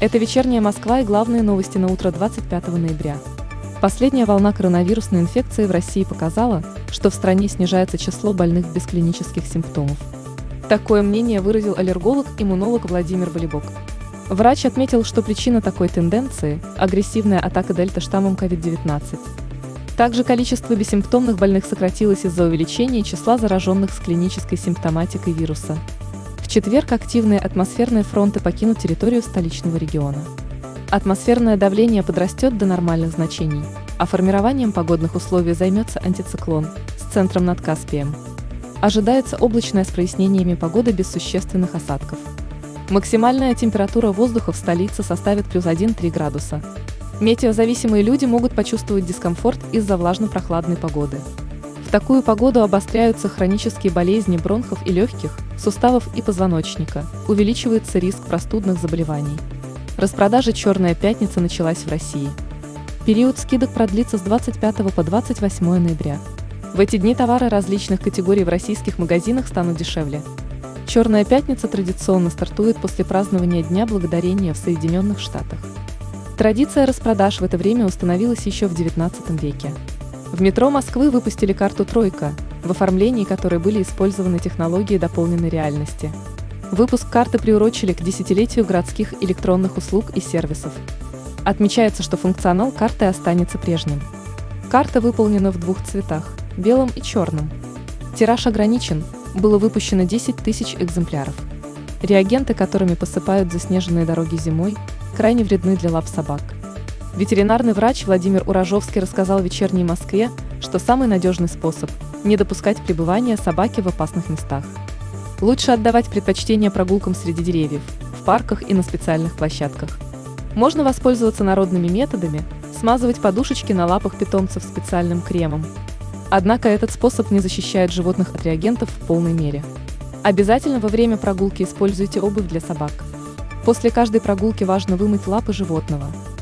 Это «Вечерняя Москва» и главные новости на утро 25 ноября. Последняя волна коронавирусной инфекции в России показала, что в стране снижается число больных без клинических симптомов. Такое мнение выразил аллерголог-иммунолог Владимир Болибок. Врач отметил, что причина такой тенденции – агрессивная атака дельта-штаммом COVID-19. Также количество бессимптомных больных сократилось из-за увеличения числа зараженных с клинической симптоматикой вируса. В четверг активные атмосферные фронты покинут территорию столичного региона. Атмосферное давление подрастет до нормальных значений, а формированием погодных условий займется антициклон с центром над Каспием. Ожидается облачное с прояснениями погоды без существенных осадков. Максимальная температура воздуха в столице составит плюс 1–3 градуса. Метеозависимые люди могут почувствовать дискомфорт из-за влажно-прохладной погоды. В такую погоду обостряются хронические болезни бронхов и легких, суставов и позвоночника, увеличивается риск простудных заболеваний. Распродажа «Черная пятница» началась в России. Период скидок продлится с 25 по 28 ноября. В эти дни товары различных категорий в российских магазинах станут дешевле. «Черная пятница» традиционно стартует после празднования Дня Благодарения в Соединенных Штатах. Традиция распродаж в это время установилась еще в XIX веке. В метро Москвы выпустили карту «Тройка», в оформлении которой были использованы технологии дополненной реальности. Выпуск карты приурочили к десятилетию городских электронных услуг и сервисов. Отмечается, что функционал карты останется прежним. Карта выполнена в двух цветах – белом и черном. Тираж ограничен, было выпущено 10 тысяч экземпляров. Реагенты, которыми посыпают заснеженные дороги зимой, крайне вредны для лап собак. Ветеринарный врач Владимир Уражовский рассказал «Вечерней Москве», что самый надежный способ – не допускать пребывания собаки в опасных местах. Лучше отдавать предпочтение прогулкам среди деревьев, в парках и на специальных площадках. Можно воспользоваться народными методами, смазывать подушечки на лапах питомцев специальным кремом. Однако этот способ не защищает животных от реагентов в полной мере. Обязательно во время прогулки используйте обувь для собак. После каждой прогулки важно вымыть лапы животного.